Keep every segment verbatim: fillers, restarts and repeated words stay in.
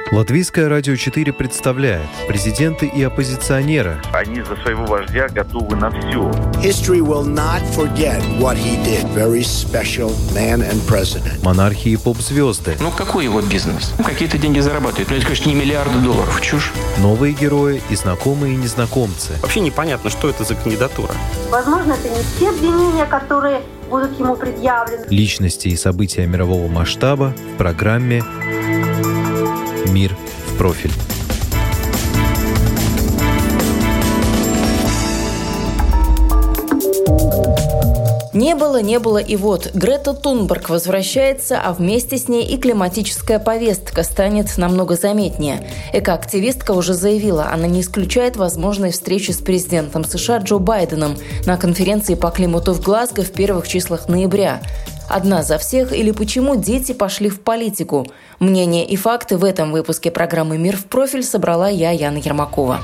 Латвийское радио четыре представляет президенты и оппозиционеры. Они за своего вождя готовы на все. History will not forget what he did. Very special man and president. Монархи и поп-звезды. Ну, какой его бизнес? Ну, какие-то деньги зарабатывают. Ну, это, конечно, не миллиарды долларов. Чушь. Новые герои и знакомые незнакомцы. Вообще непонятно, что это за кандидатура. Возможно, это не те обвинения, которые будут ему предъявлены. Личности и события мирового масштаба в программе «Мир в профиль». Не было, не было и вот. Грета Тунберг возвращается, а вместе с ней и климатическая повестка станет намного заметнее. Экоактивистка уже заявила, она не исключает возможной встречи с президентом США Джо Байденом на конференции по климату в Глазго в первых числах ноября. Одна за всех или почему дети пошли в политику? Мнения и факты в этом выпуске программы «Мир в профиль» собрала я, Яна Ермакова.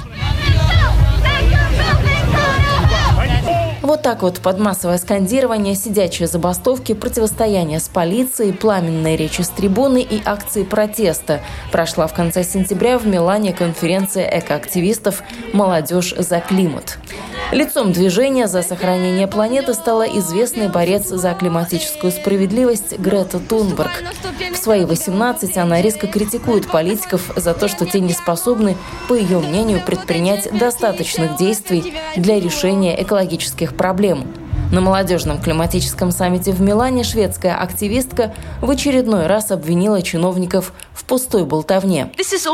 Вот так вот под массовое скандирование, сидячие забастовки, противостояние с полицией, пламенные речи с трибуны и акции протеста прошла в конце сентября в Милане конференция экоактивистов «Молодежь за климат». Лицом движения за сохранение планеты стала известный борец за климатическую справедливость Грета Тунберг. В свои восемнадцать она резко критикует политиков за то, что те не способны, по ее мнению, предпринять достаточных действий для решения экологических проблем. На молодежном климатическом саммите в Милане шведская активистка в очередной раз обвинила чиновников в пустой болтовне.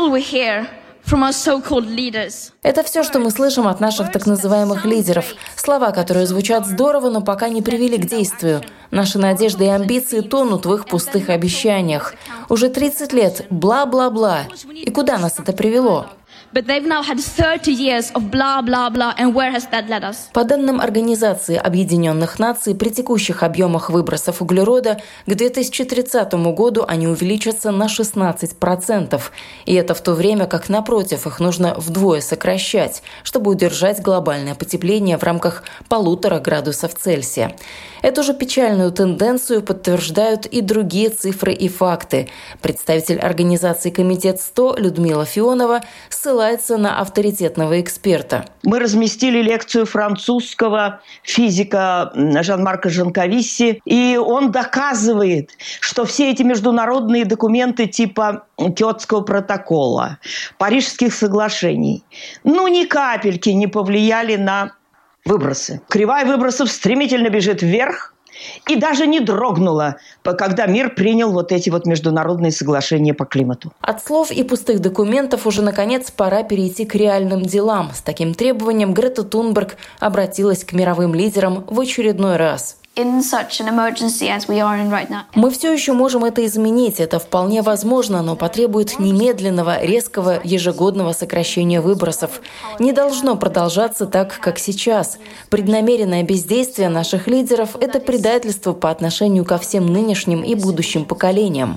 Это все, что мы слышим от наших так называемых лидеров. Слова, которые звучат здорово, но пока не привели к действию. Наши надежды и амбиции тонут в их пустых обещаниях. Уже тридцать лет бла-бла-бла. И куда нас это привело? But they've now had thirty years of blah, blah, blah, and where has that led us? По данным Организации Объединенных Наций, при текущих объемах выбросов углерода к две тысячи тридцатому году они увеличатся на шестнадцать процентов. И это в то время, как, напротив, их нужно вдвое сокращать, чтобы удержать глобальное потепление в рамках полутора градусов Цельсия. Эту же печальную тенденцию подтверждают и другие цифры и факты. Представитель организации «Комитет сто» Людмила Фионова ссылается на авторитетного эксперта. Мы разместили лекцию французского физика Жан-Марка Жанковисси, и он доказывает, что все эти международные документы типа Киотского протокола, Парижских соглашений, ну ни капельки не повлияли на выбросы. Кривая выбросов стремительно бежит вверх и даже не дрогнула, когда мир принял вот эти вот международные соглашения по климату. От слов и пустых документов уже, наконец, пора перейти к реальным делам. С таким требованием Грета Тунберг обратилась к мировым лидерам в очередной раз. In such an emergency as we are in right now. Мы все еще можем это изменить, это вполне возможно, но потребует немедленного, резкого, ежегодного сокращения выбросов. Не должно продолжаться так, как сейчас. Преднамеренное бездействие наших лидеров – это предательство по отношению ко всем нынешним и будущим поколениям.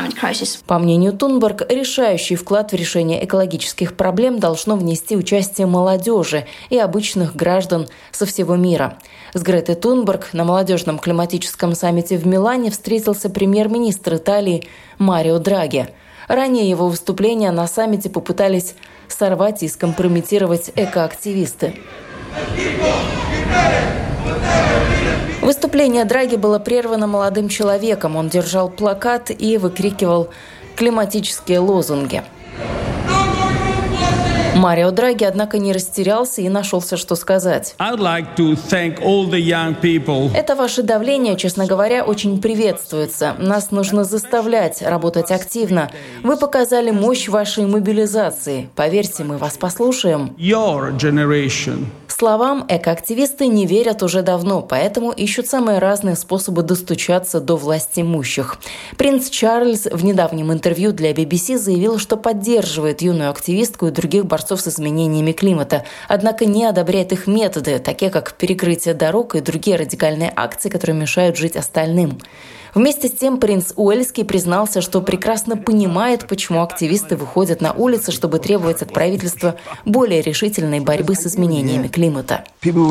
По мнению Тунберг, решающий вклад в решение экологических проблем должно внести участие молодежи и обычных граждан со всего мира. С Гретой Тунберг на молодежном климатическом саммите в Милане встретился премьер-министр Италии Марио Драги. Ранее его выступления на саммите попытались сорвать и скомпрометировать экоактивисты. Выступление Драги было прервано молодым человеком. Он держал плакат и выкрикивал климатические лозунги. Марио Драги, однако, не растерялся и нашелся, что сказать. Like Это ваше давление, честно говоря, очень приветствуется. Нас нужно заставлять работать активно. Вы показали мощь вашей мобилизации. Поверьте, мы вас послушаем. Your generation. Словам экоактивисты не верят уже давно, поэтому ищут самые разные способы достучаться до властимущих. Принц Чарльз в недавнем интервью для би би си заявил, что поддерживает юную активистку и других борцов с изменениями климата, однако не одобряет их методы, такие как перекрытие дорог и другие радикальные акции, которые мешают жить остальным. Вместе с тем принц Уэльский признался, что прекрасно понимает, почему активисты выходят на улицы, чтобы требовать от правительства более решительной борьбы с изменениями климата.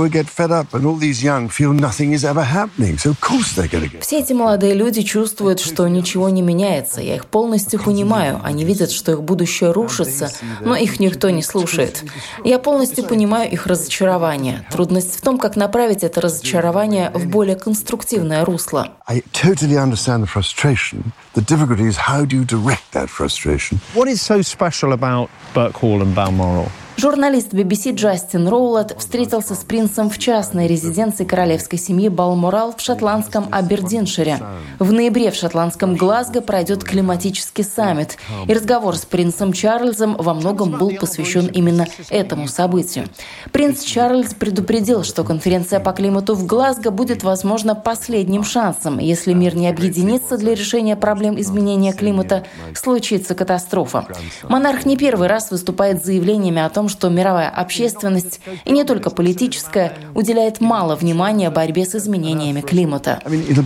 Все эти молодые люди чувствуют, что ничего не меняется. Я их полностью понимаю. Они видят, что их будущее рушится, но их никто не слушает. Я полностью понимаю их разочарование. Трудность в том, как направить это разочарование в более конструктивное русло. Understand the frustration. The difficulty is how do you direct that frustration? What is so special about Birkhall and Balmoral? Журналист би би си Джастин Роулет встретился с принцем в частной резиденции королевской семьи Балморал в шотландском Абердиншире. В ноябре в шотландском Глазго пройдет климатический саммит, и разговор с принцем Чарльзом во многом был посвящен именно этому событию. Принц Чарльз предупредил, что конференция по климату в Глазго будет, возможно, последним шансом. Если мир не объединится для решения проблем изменения климата, случится катастрофа. Монарх не первый раз выступает с заявлениями о том, что мировая общественность, и не только политическая, уделяет мало внимания борьбе с изменениями климата.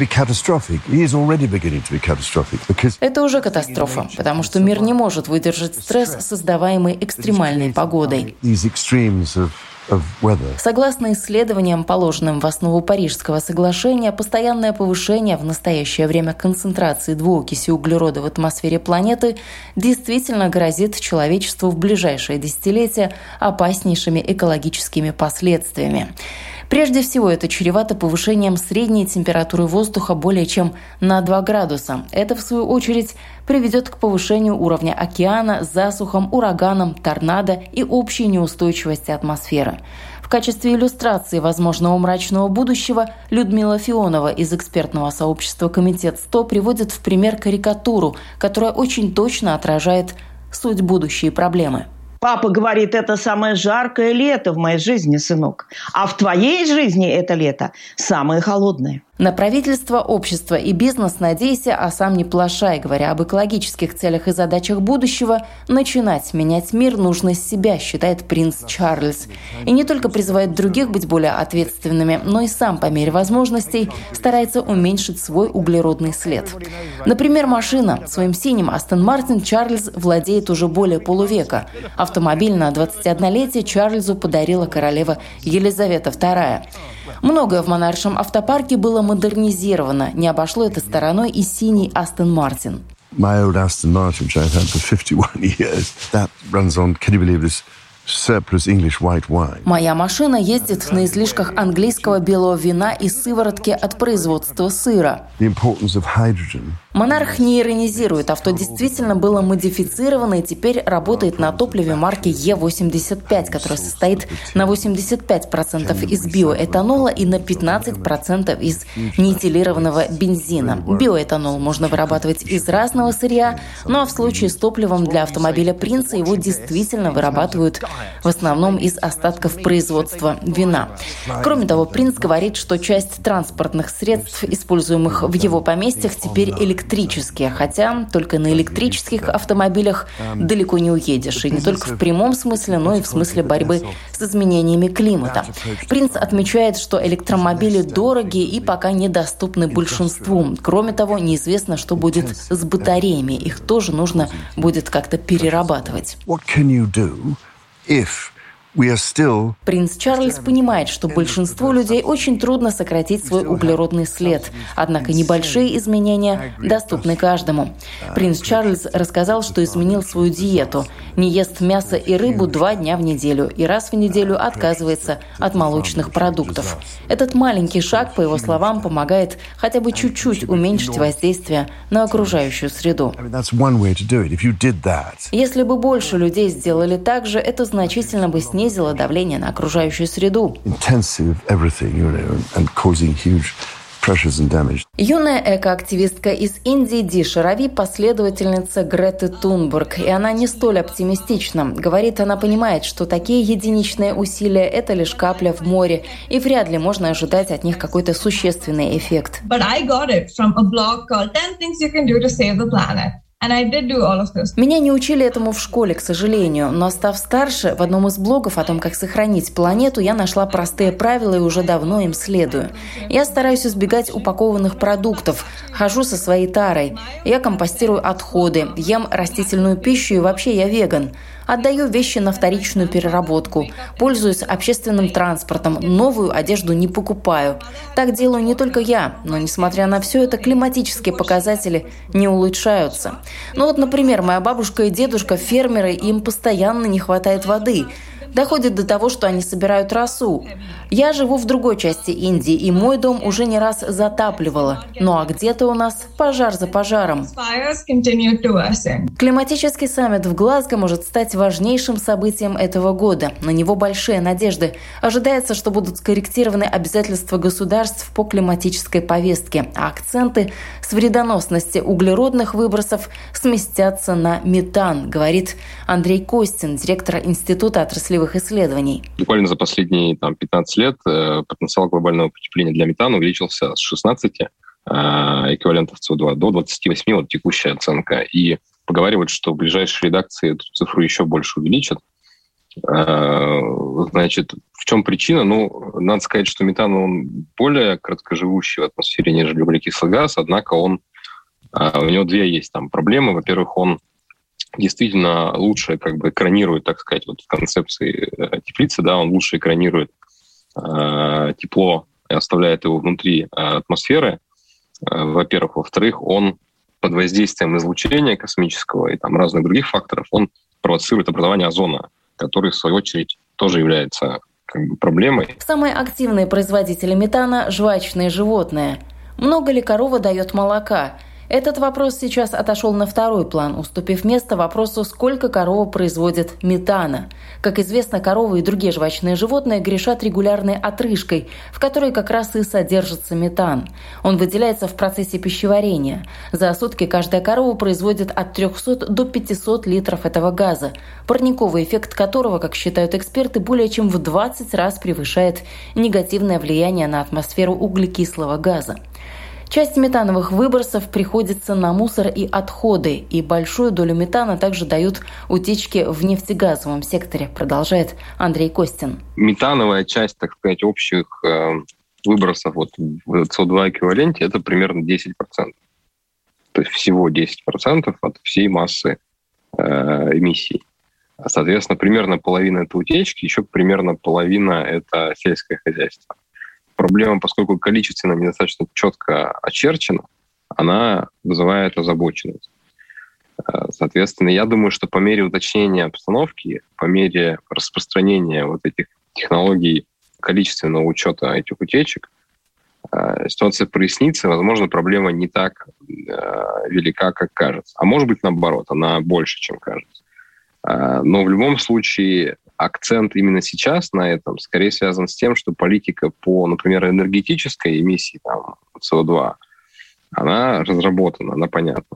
Это уже катастрофа, потому что мир не может выдержать стресс, создаваемый экстремальной погодой. Согласно исследованиям, положенным в основу Парижского соглашения, постоянное повышение в настоящее время концентрации двуокиси углерода в атмосфере планеты действительно грозит человечеству в ближайшие десятилетия опаснейшими экологическими последствиями. Прежде всего, это чревато повышением средней температуры воздуха более чем на два градуса. Это, в свою очередь, приведет к повышению уровня океана, засухам, ураганам, торнадо и общей неустойчивости атмосферы. В качестве иллюстрации возможного мрачного будущего Людмила Фионова из экспертного сообщества «Комитет сто» приводит в пример карикатуру, которая очень точно отражает суть будущей проблемы. Папа говорит, это самое жаркое лето в моей жизни, сынок. А в твоей жизни это лето самое холодное. На правительство, общество и бизнес надейся, а сам не плашай. Говоря об экологических целях и задачах будущего, начинать менять мир нужно с себя, считает принц Чарльз. И не только призывает других быть более ответственными, но и сам по мере возможностей старается уменьшить свой углеродный след. Например, машина. Своим синим Астон Мартин Чарльз владеет уже более полувека. Автомобиль на двадцатиоднолетие Чарльзу подарила королева Елизавета вторая. Многое в монаршем автопарке было модернизировано. Не обошло это стороной и синий Астон Мартин. My old Aston Martin, which I've had for fifty-one years, that runs on, can you believe this, surplus English white wine. Моя машина ездит на излишках английского белого вина и сыворотки от производства сыра. The importance of hydrogen. Монарх не иронизирует. Авто действительно было модифицировано и теперь работает на топливе марки Е восемьдесят пять, которое состоит на восемьдесят пять процентов из биоэтанола и на пятнадцать процентов из неэтилированного бензина. Биоэтанол можно вырабатывать из разного сырья, ну а в случае с топливом для автомобиля «Принца» его действительно вырабатывают в основном из остатков производства вина. Кроме того, принц говорит, что часть транспортных средств, используемых в его поместьях, теперь электрические. электрические, хотя только на электрических автомобилях далеко не уедешь. И не только в прямом смысле, но и в смысле борьбы с изменениями климата. Принц отмечает, что электромобили дороги и пока недоступны большинству. Кроме того, неизвестно, что будет с батареями. Их тоже нужно будет как-то перерабатывать. Принц Чарльз понимает, что большинству людей очень трудно сократить свой углеродный след. Однако небольшие изменения доступны каждому. Принц Чарльз рассказал, что изменил свою диету. Не ест мясо и рыбу два дня в неделю и раз в неделю отказывается от молочных продуктов. Этот маленький шаг, по его словам, помогает хотя бы чуть-чуть уменьшить воздействие на окружающую среду. Если бы больше людей сделали так же, это значительно бы снизило снизило давление на окружающую среду. Юная экоактивистка из Индии Диша Рави – последовательница Греты Тунберг, и она не столь оптимистична. Говорит, она понимает, что такие единичные усилия – это лишь капля в море, и вряд ли можно ожидать от них какой-то существенный эффект. Меня не учили этому в школе, к сожалению, но став старше, в одном из блогов о том, как сохранить планету, я нашла простые правила и уже давно им следую. Я стараюсь избегать упакованных продуктов, хожу со своей тарой, я компостирую отходы, ем растительную пищу и вообще я веган. Отдаю вещи на вторичную переработку, пользуюсь общественным транспортом, новую одежду не покупаю. Так делаю не только я, но, несмотря на все это, климатические показатели не улучшаются. Ну вот, например, моя бабушка и дедушка фермеры, им постоянно не хватает воды. Доходит до того, что они собирают росу. Я живу в другой части Индии, и мой дом уже не раз затапливало. Ну а где-то у нас пожар за пожаром. Климатический саммит в Глазго может стать важнейшим событием этого года. На него большие надежды. Ожидается, что будут скорректированы обязательства государств по климатической повестке, а акценты с вредоносности углеродных выбросов сместятся на метан, говорит Андрей Костин, директор Института отраслевых исследований. Буквально за последние там, пятнадцать лет э, потенциал глобального потепления для метана увеличился с шестнадцати э, эквивалентов си о два до двадцати восьми, вот текущая оценка. И поговаривают, что в ближайшей редакции эту цифру еще больше увеличат. Э, значит, в чем причина? Ну, надо сказать, что метан он более краткоживущий в атмосфере, нежели углекислый газ, однако он, э, у него две есть там проблемы. Во-первых, он действительно лучше как бы экранирует, так сказать, вот в концепции э, теплицы, да, он лучше экранирует э, тепло и оставляет его внутри э, атмосферы, э, во-первых. Во-вторых, он под воздействием излучения космического и там разных других факторов, он провоцирует образование озона, который, в свою очередь, тоже является как бы проблемой. Самые активные производители метана – жвачные животные. Много ли корова дает молока? Этот вопрос сейчас отошел на второй план, уступив место вопросу, сколько корова производит метана. Как известно, коровы и другие жвачные животные грешат регулярной отрыжкой, в которой как раз и содержится метан. Он выделяется в процессе пищеварения. За сутки каждая корова производит от трехсот до пятисот литров этого газа, парниковый эффект которого, как считают эксперты, более чем в двадцать раз превышает негативное влияние на атмосферу углекислого газа. Часть метановых выбросов приходится на мусор и отходы, и большую долю метана также дают утечки в нефтегазовом секторе, продолжает Андрей Костин. Метановая часть, так сказать, общих э, выбросов вот, в си о два эквиваленте – это примерно десять процентов. То есть всего десять процентов от всей массы э, эмиссий. Соответственно, примерно половина – это утечки, еще примерно половина – это сельское хозяйство. Проблема, поскольку количественно недостаточно четко очерчена, она вызывает озабоченность. Соответственно, я думаю, что по мере уточнения обстановки, по мере распространения вот этих технологий количественного учета этих утечек, ситуация прояснится, возможно, проблема не так велика, как кажется. А может быть, наоборот, она больше, чем кажется. Но в любом случае акцент именно сейчас на этом скорее связан с тем, что политика по, например, энергетической эмиссии там, си о два, она разработана, она понятна.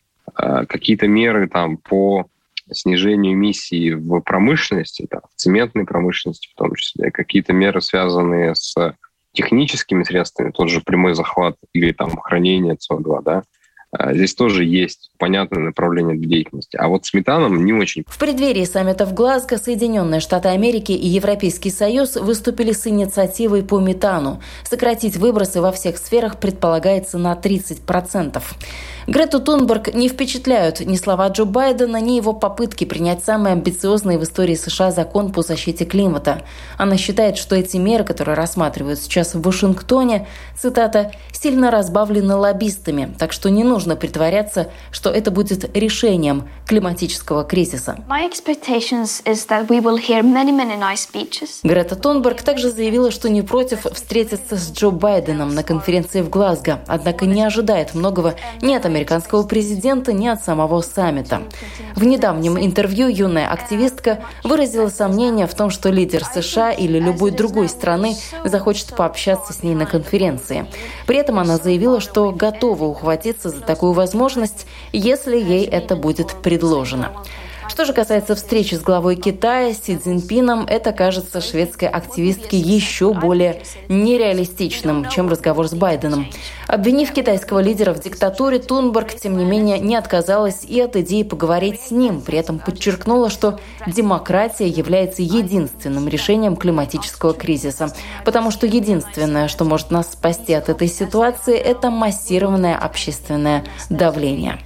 Какие-то меры там, по снижению эмиссий в промышленности, там, в цементной промышленности в том числе, какие-то меры, связанные с техническими средствами, тот же прямой захват или там, хранение си о два, да, здесь тоже есть понятное направление деятельности. А вот с метаном не очень. В преддверии саммита в Глазго Соединенные Штаты Америки и Европейский Союз выступили с инициативой по метану. Сократить выбросы во всех сферах предполагается на тридцать процентов. Грету Тунберг не впечатляют ни слова Джо Байдена, ни его попытки принять самый амбициозный в истории США закон по защите климата. Она считает, что эти меры, которые рассматривают сейчас в Вашингтоне, цитата, «сильно разбавлены лоббистами, так что не нужно притворяться, что это будет решением климатического кризиса». Грета Тунберг также заявила, что не против встретиться с Джо Байденом на конференции в Глазго, однако не ожидает многого ни от американского президента, ни от самого саммита. В недавнем интервью юная активистка выразила сомнение в том, что лидер США или любой другой страны захочет пообщаться с ней на конференции. При этом она заявила, что готова ухватиться за такую возможность, если ей это будет предложено. Что же касается встречи с главой Китая Си Цзиньпином, это кажется шведской активистке еще более нереалистичным, чем разговор с Байденом. Обвинив китайского лидера в диктатуре, Тунберг, тем не менее, не отказалась и от идеи поговорить с ним. При этом подчеркнула, что демократия является единственным решением климатического кризиса. Потому что единственное, что может нас спасти от этой ситуации, это массированное общественное давление.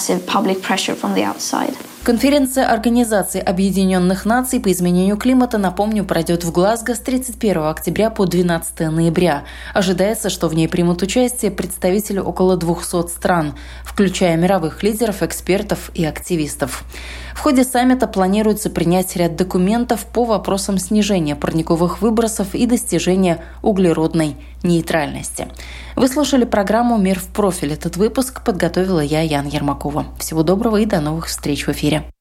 Конференция Организации Объединенных Наций по изменению климата, напомню, пройдет в Глазго с тридцать первого октября по двенадцатого ноября. Ожидается, что в ней примут участие представители около двухсот стран, включая мировых лидеров, экспертов и активистов. В ходе саммита планируется принять ряд документов по вопросам снижения парниковых выбросов и достижения углеродной нейтральности. Вы слушали программу «Мир в профиль». Этот выпуск подготовила я, Яна Ермакова. Всего доброго и до новых встреч в эфире.